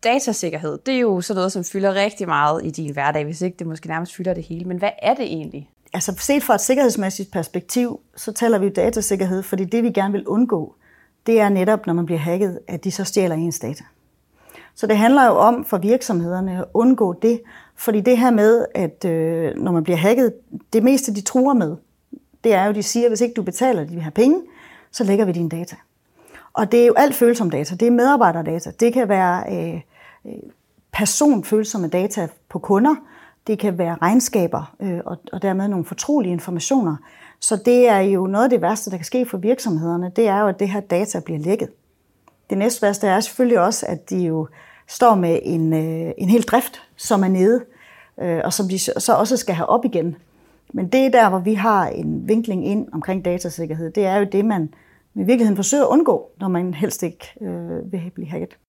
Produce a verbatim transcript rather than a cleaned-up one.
datasikkerhed, det er jo sådan noget, som fylder rigtig meget i din hverdag, hvis ikke det måske nærmest fylder det hele. Men hvad er det egentlig? Altså set fra et sikkerhedsmæssigt perspektiv, så taler vi datasikkerhed, fordi det vi gerne vil undgå, det er netop, når man bliver hacket, at de så stjæler ens data. Så det handler jo om for virksomhederne at undgå det, fordi det her med, at øh, når man bliver hacket, det meste de truer med, det er jo, de siger, at hvis ikke du betaler de her penge, så lægger vi dine data. Og det er jo alt følsomme data, det er medarbejderdata, det kan være øh, personfølsomme data på kunder, det kan være regnskaber øh, og, og dermed nogle fortrolige informationer. Så det er jo noget af det værste, der kan ske for virksomhederne, det er jo, at det her data bliver lækket. Det næste værste er selvfølgelig også, at de jo står med en, øh, en hel drift, som er nede, øh, og som de så også skal have op igen. Men det er der, hvor vi har en vinkling ind omkring datasikkerhed. Det er jo det, man i virkeligheden forsøger at undgå, når man helst ikke øh, vil blive hacket.